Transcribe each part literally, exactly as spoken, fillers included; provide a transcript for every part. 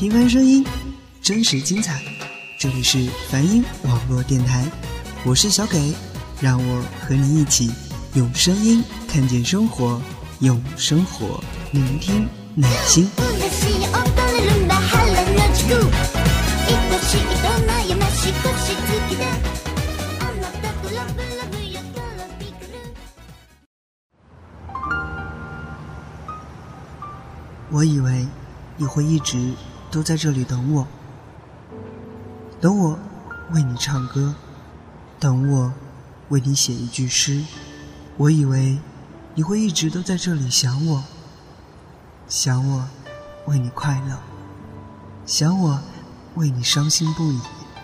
平凡声音，真实精彩。这里是梵音网络电台，我是小给，让我和你一起用声音看见生活，用生活聆听内心。我以为你会一直都在这里等我，等我为你唱歌，等我为你写一句诗。我以为你会一直都在这里想我，想我为你快乐，想我为你伤心不已。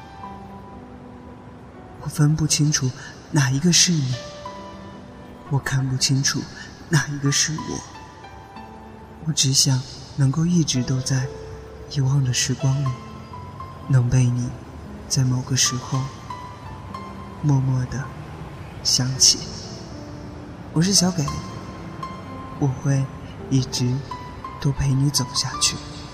我分不清楚哪一个是你，我看不清楚哪一个是我。我只想能够一直都在遗忘的时光里，能被你在某个时候默默地想起。我是小给，我会一直都陪你走下去。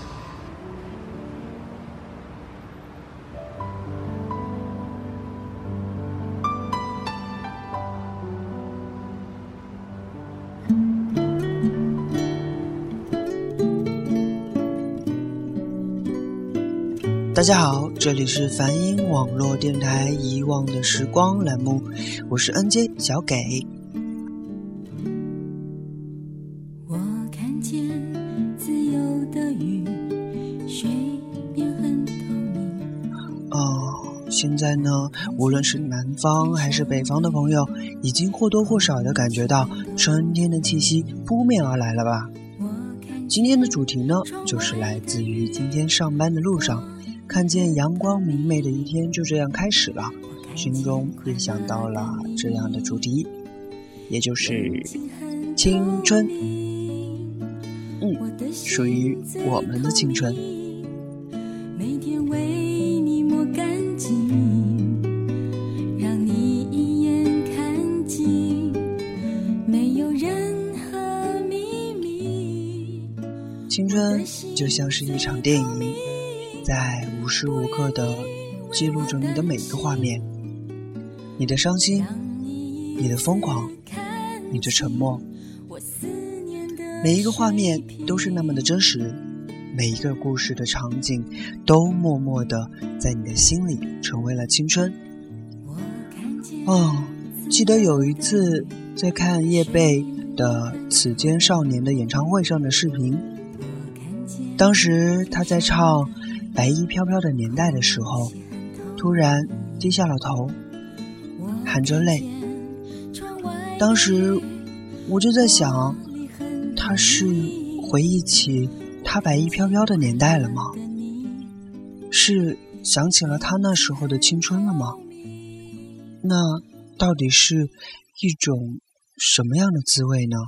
大家好，这里是梵音网络电台遗忘的时光栏目，我是 N J 小给。 我看见自由的雨，水面很透明。 哦，现在呢，无论是南方还是北方的朋友，已经或多或少的感觉到春天的气息扑面而来了吧？今天的主题呢，就是来自于今天上班的路上，看见阳光明媚的一天就这样开始了，心中便想到了这样的主题，也就是青春。嗯，属于我们的青春。 每天为你抹干净，让你一眼看尽，没有任何秘密。 青春就像是一场电影，在无时无刻地记录着你的每一个画面，你的伤心，你的疯狂，你的沉默，每一个画面都是那么的真实，每一个故事的场景都默默地在你的心里成为了青春。哦，记得有一次在看叶蓓的《此间少年》的演唱会上的视频，当时他在唱白衣飘飘的年代的时候，突然低下了头，含着泪。当时我就在想，他是回忆起他白衣飘飘的年代了吗？是想起了他那时候的青春了吗？那到底是一种什么样的滋味呢？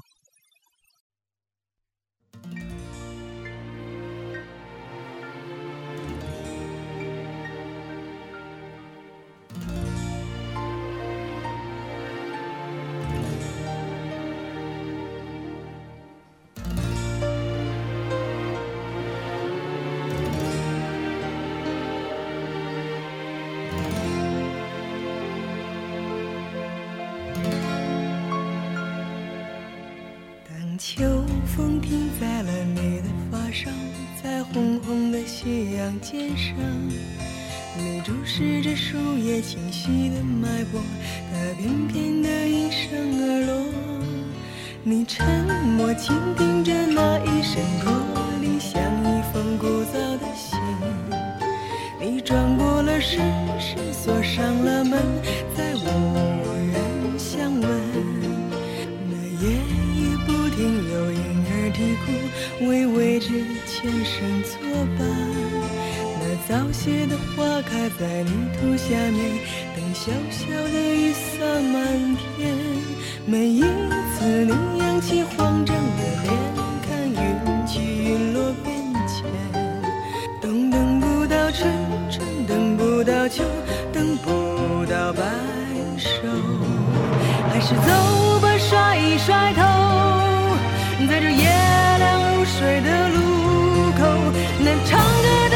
秋风停在了你的发上，在红红的斜阳肩上，你注视着树叶清晰的脉搏，它翩翩地应声而落。你沉默倾听着那一声驼铃，像一封古早的信。你转过了身，是锁上了门，再无人相问。那夜有婴儿啼哭，为未知的前生作伴。那早谢的花开在泥土下面，等小小的雨洒满天。每一次你扬起慌张的脸，看云起云落变迁。冬等不到春，春等不到秋，等不到白首。还是走吧，甩一甩头，在这夜凉如水的路口，那唱歌的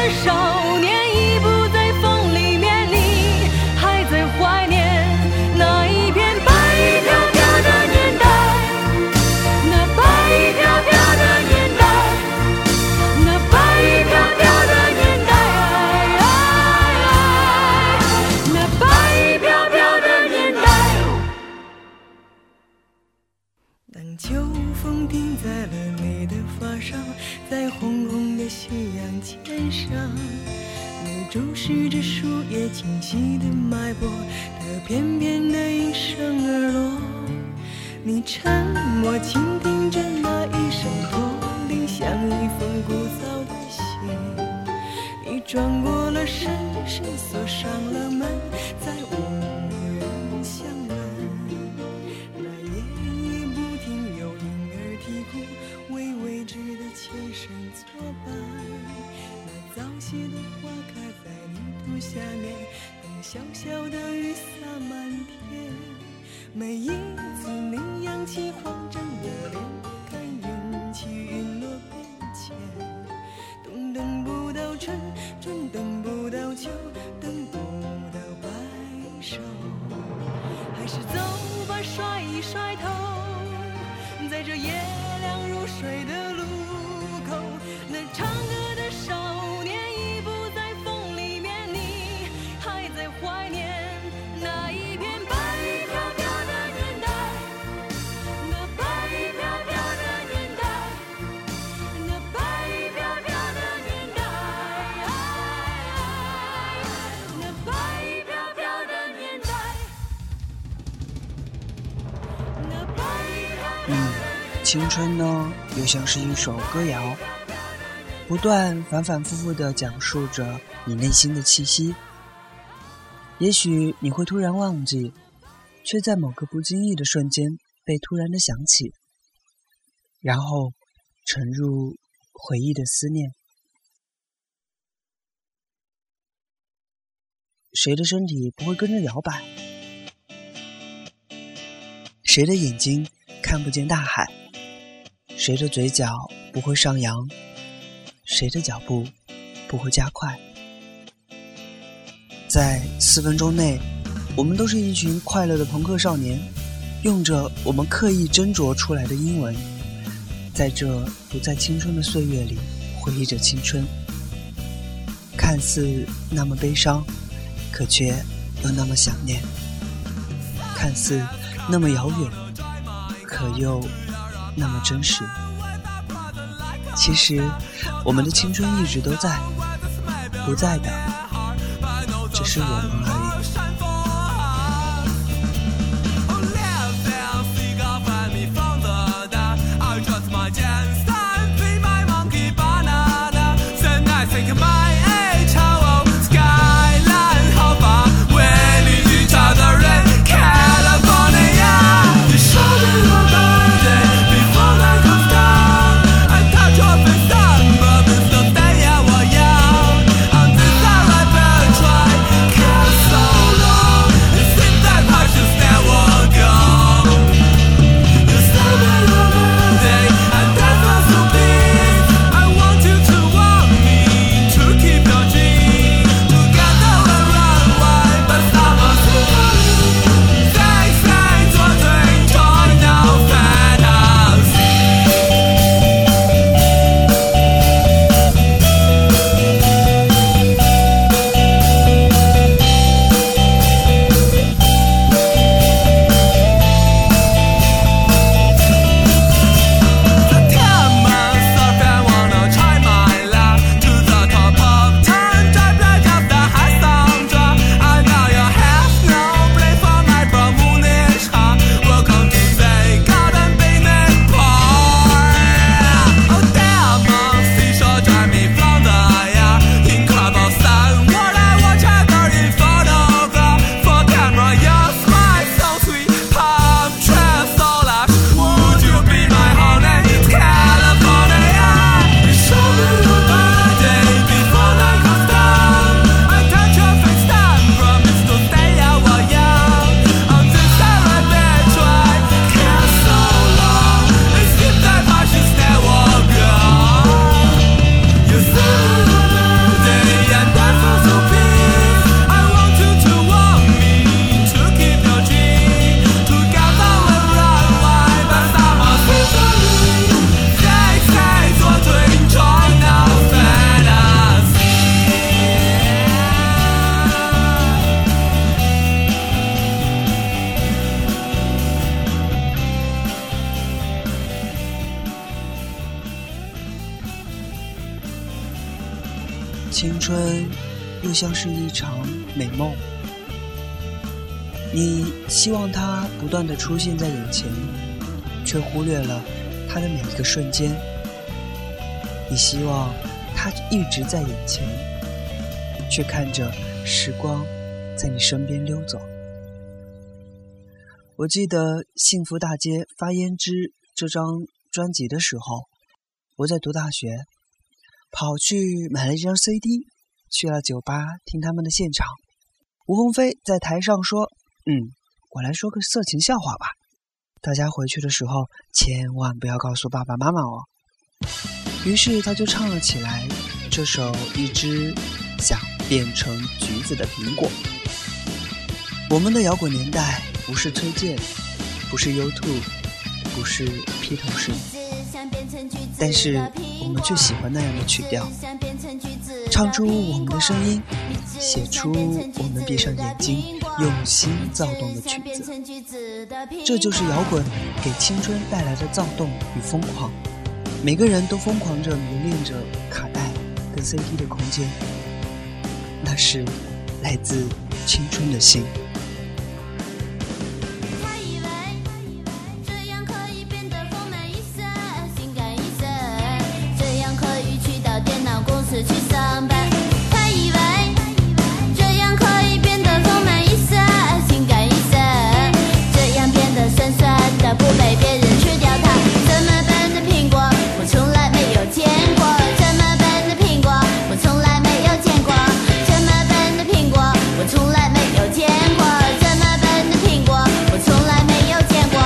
肩上，你注视着树叶清晰的脉搏，它翩翩地应声而落。你沉默倾听着那一声驼铃，像一封古早的信。你转过了身，谁锁上了门，再无人相问。那夜夜不停有婴儿啼哭，为未知的前生作伴。那早谢的花开在泥土下面，等小小的雨洒满天。每一次你扬起慌张的脸，看云起云落变迁。冬等不到春，春等不到秋，等不到白首。还是走吧，甩一甩头，在这夜凉如水的路口，那唱歌的少年已不在风里面，你还在怀念那一片白飘飘的年代，那白飘飘的年代，那白飘飘的年代，那白飘飘的年代，那白飘飘的年代。 青春呢，又像是一首歌谣，不断反反复复地讲述着你内心的气息。也许你会突然忘记，却在某个不经意的瞬间被突然的想起，然后沉入回忆的思念。谁的身体不会跟着摇摆？谁的眼睛看不见大海？谁的嘴角不会上扬？谁的脚步不会加快？在四分钟内，我们都是一群快乐的朋克少年，用着我们刻意斟酌出来的英文，在这不再青春的岁月里回忆着青春。看似那么悲伤，可却又那么想念；看似那么遥远，可又那么真实。其实我们的青春一直都在，不在的只是我们而已。 Cause 青春又像是一场美梦，你希望它不断地出现在眼前，却忽略了它的每一个瞬间。你希望它一直在眼前，却看着时光在你身边溜走。我记得幸福大街发胭脂这张专辑的时候，我在读大学，跑去买了一张 C D， 去了酒吧听他们的现场。吴鸿飞在台上说，嗯，我来说个色情笑话吧，大家回去的时候千万不要告诉爸爸妈妈哦。于是他就唱了起来这首一只想变成橘子的苹果。我们的摇滚年代不是推荐，不是 YouTube， 不是披头士，但是我们却喜欢那样的曲调，唱出我们的声音，写出我们闭上眼睛用心躁动的曲子。这就是摇滚给青春带来的躁动与疯狂。每个人都疯狂着迷恋着卡带跟 C D 的空间，那是来自青春的心。 去上班，他以为这样可以变得丰满一些，性感一些，这样变得酸酸的，不被别人吃掉它。这么笨的苹果，我从来没有见过。这么笨的苹果，我从来没有见过。这么笨的苹果，我从来没有见过。这么笨的苹果，我从来没有见过。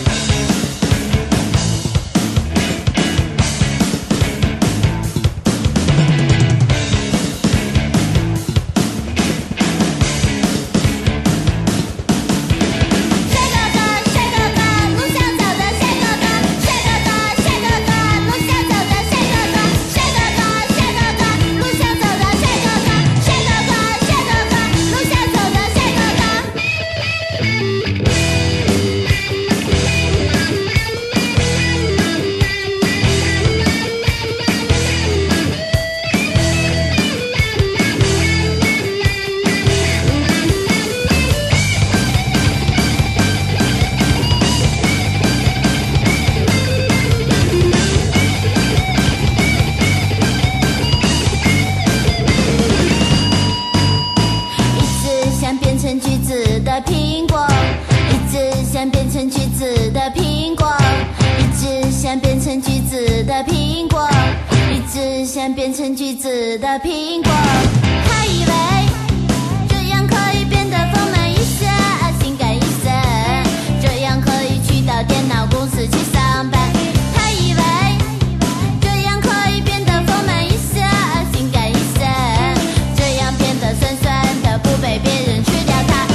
苹果，一直想变成橘子的苹果，一直想变成橘子的苹果，一直想变成橘子的苹果。他以为这样可以变得丰满一些，性感一些，这样可以去到电脑公司去上班。他以为这样可以变得丰满一些，性感一些，这样变得酸酸的，不被别人吃掉它。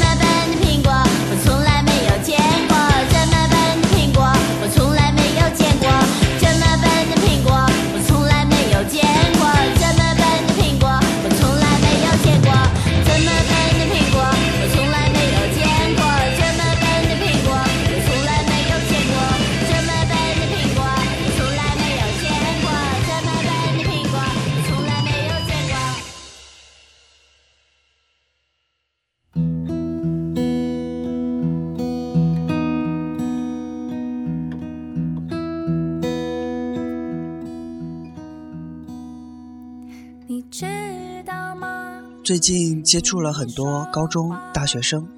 最近接触了很多高中大学生，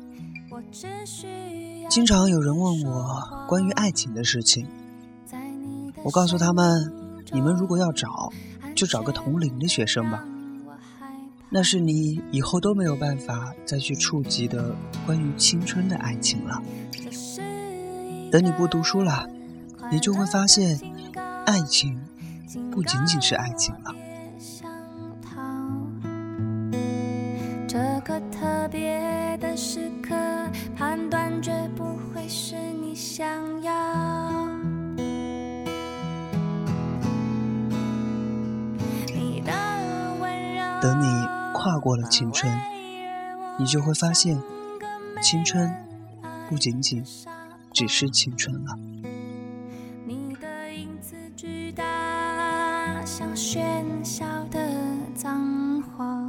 经常有人问我关于爱情的事情，我告诉他们，你们如果要找，就找个同龄的学生吧，那是你以后都没有办法再去触及的关于青春的爱情了。等你不读书了，你就会发现，爱情不仅仅是爱情了。 这个特别的时刻，判断绝不会是你想要。你的温柔， 等你跨过了青春，你就会发现，青春不仅仅只是青春了。 你的影子巨大，像喧嚣的脏话。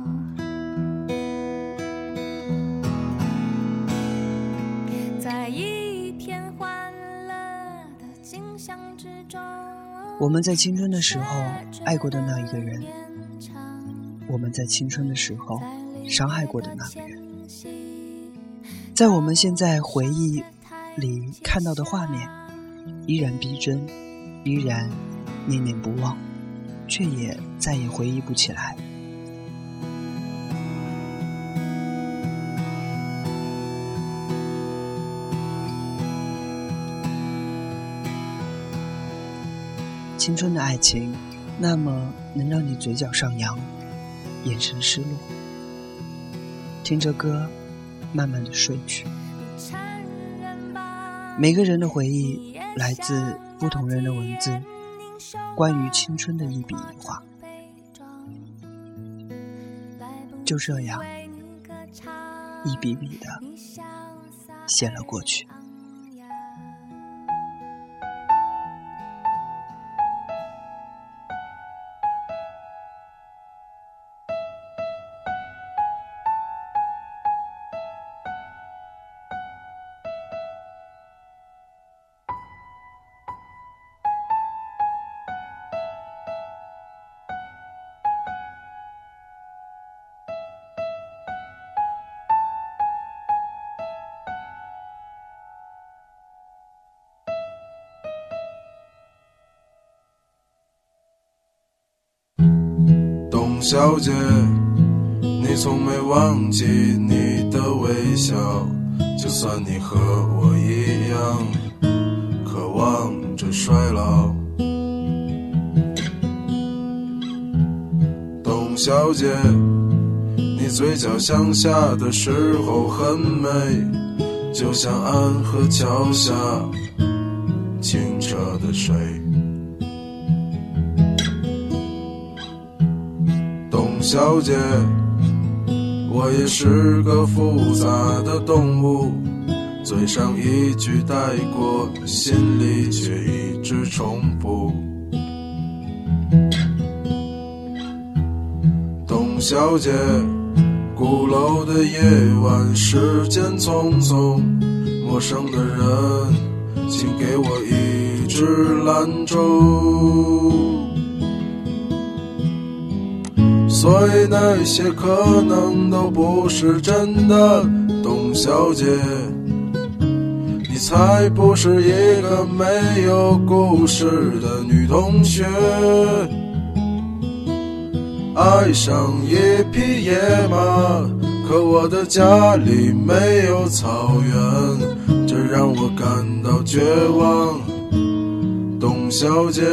在一片欢乐的景象之中， 我们在青春的时候爱过的那一个人，我们在青春的时候伤害过的那个人，在我们现在回忆里看到的画面依然逼真，依然念念不忘，却也再也回忆不起来。青春的爱情，那么能让你嘴角上扬，眼神失落，听着歌慢慢的睡去。每个人的回忆来自不同人的文字，关于青春的一笔一画，就这样一笔笔的写了过去。 董小姐，你从没忘记你的微笑，就算你和我一样渴望着衰老。董小姐，你嘴角向下的时候很美，就像安河桥下清澈的水。董小姐，我也是个复杂的动物，嘴上一句带过，心里却一直重复。董小姐，鼓楼的夜晚，时间匆匆，陌生的人，请给我一支兰州。所以那些可能都不是真的，董小姐，你才不是一个没有故事的女同学。爱上一匹野马，可我的家里没有草原，这让我感到绝望，董小姐。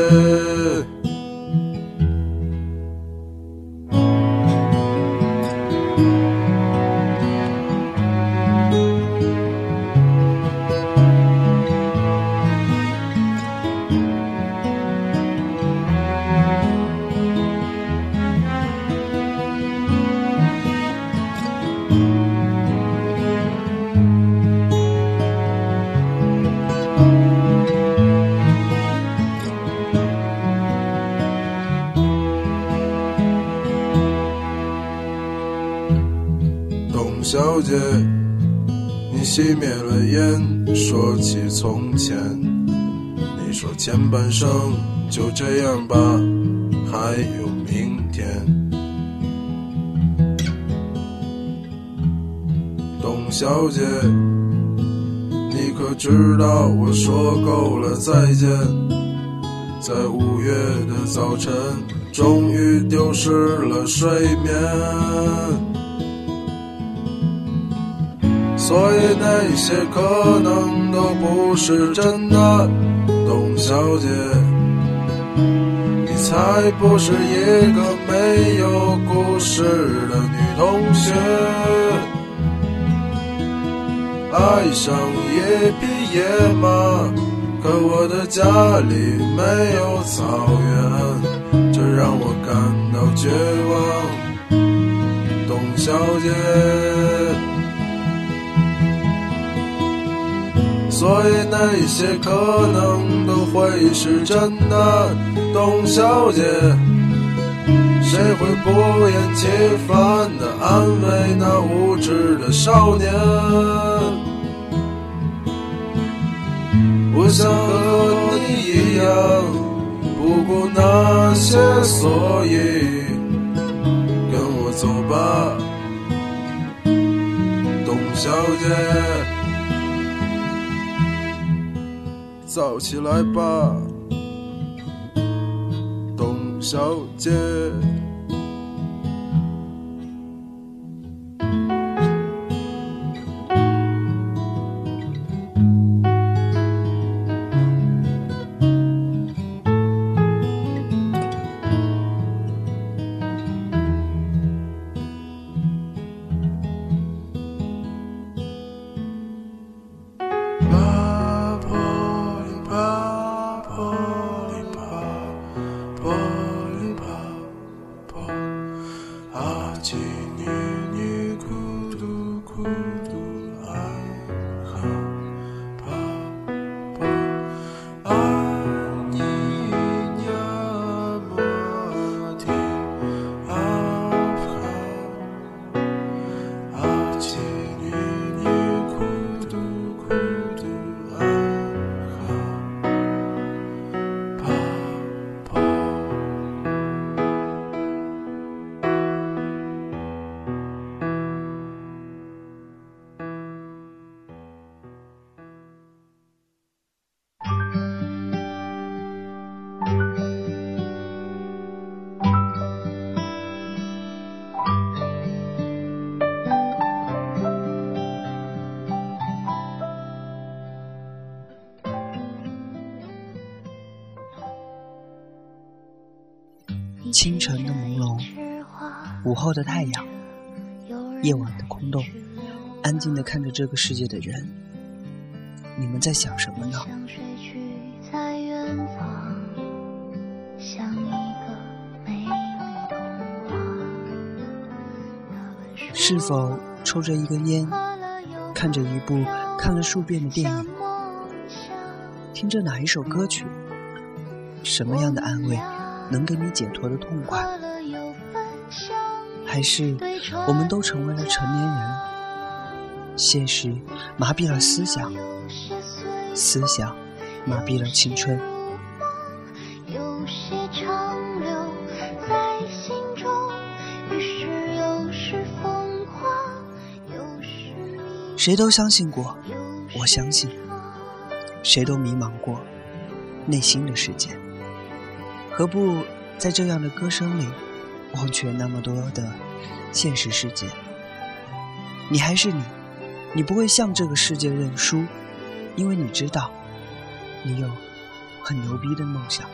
小姐，你熄灭了烟，说起从前，你说前半生就这样吧，还有明天。董小姐，你可知道我说够了再见，在五月的早晨，终于丢失了睡眠。所以那些可能都不是真的，董小姐，你才不是一个没有故事的女同学。爱上一匹野马，可我的家里没有草原，这让我感到绝望，董小姐。所以那些可能都会是真的，董小姐，谁谁会不厌其烦地安慰那无知的少年？我想和你一样，不顾那些所以，跟我走吧，董小姐，早起来吧，董小姐。 清晨的朦胧，午后的太阳，夜晚的空洞，安静地看着这个世界的人，你们在想什么呢？是否抽着一根烟，看着一部看了数遍的电影，听着哪一首歌曲？什么样的安慰能给你解脱的痛快？还是我们都成为了成年人，现实麻痹了思想，思想麻痹了青春。 有些长留在心中，于是有时风化，有时迷。 谁都相信过，我相信，谁都迷茫过内心的世界。何不在这样的歌声里忘却那么多的现实世界？你还是你，你不会向这个世界认输，因为你知道你有很牛逼的梦想。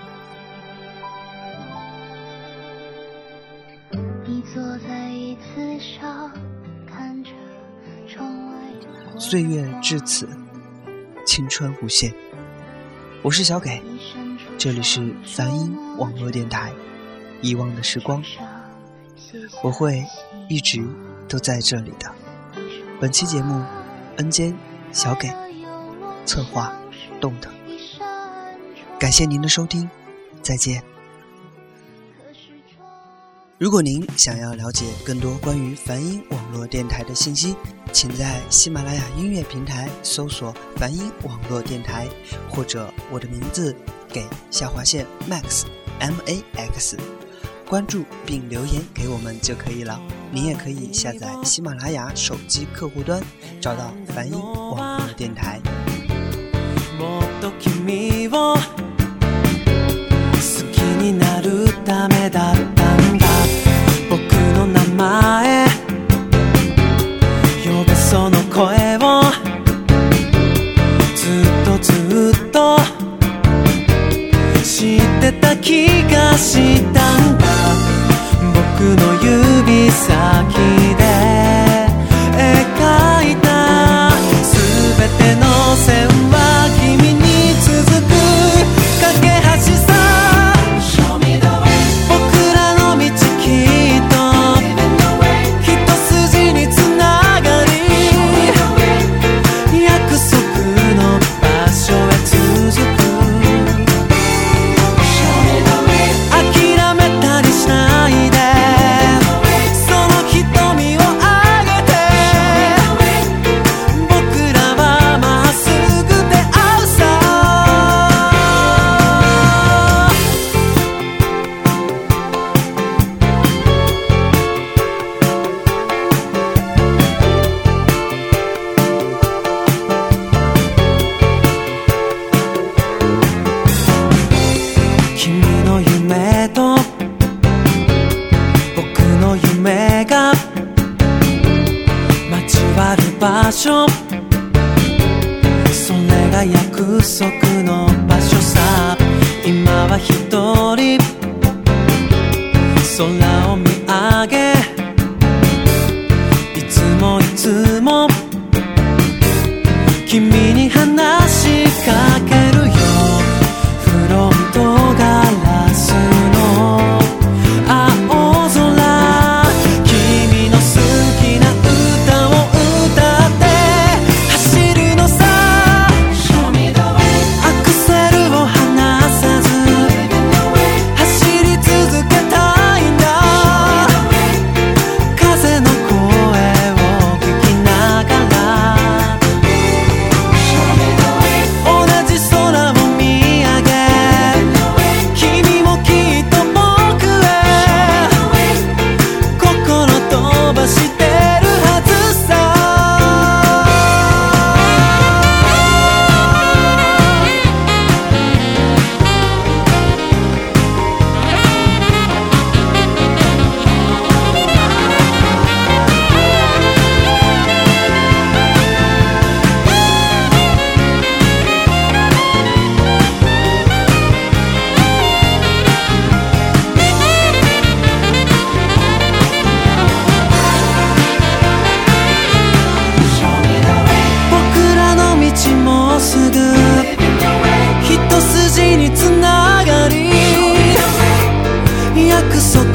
你坐在椅子上，看着窗外的岁月至此，青春无限。我是小给，这里是梵音网络电台，遗忘的时光，我会一直都在这里的。本期节目恩间小给，策划动的，感谢您的收听，再见。如果您想要了解更多关于梵音网络电台的信息，请在喜马拉雅音乐平台搜索梵音网络电台，或者我的名字给下划线 max M A X， 关注并留言给我们就可以了。您也可以下载喜马拉雅手机客户端，找到梵音网络电台。その声をずっとずっと知ってた気がしたんだ。僕の指先で描いた全ての線は君に続く架け橋さ。 Show me the way。 所それが約束の場所さ今は一人空を見上げいつもいつも君に話しかけるよフロントガラスの青空君の好きな歌を歌って走るのさアクセルを離さず走り続けたいんだ風の声を聞きながら同じ空を見上げ君もきっと僕へ心飛ばしてるはずさ僕らの道もすぐ一筋につながり約束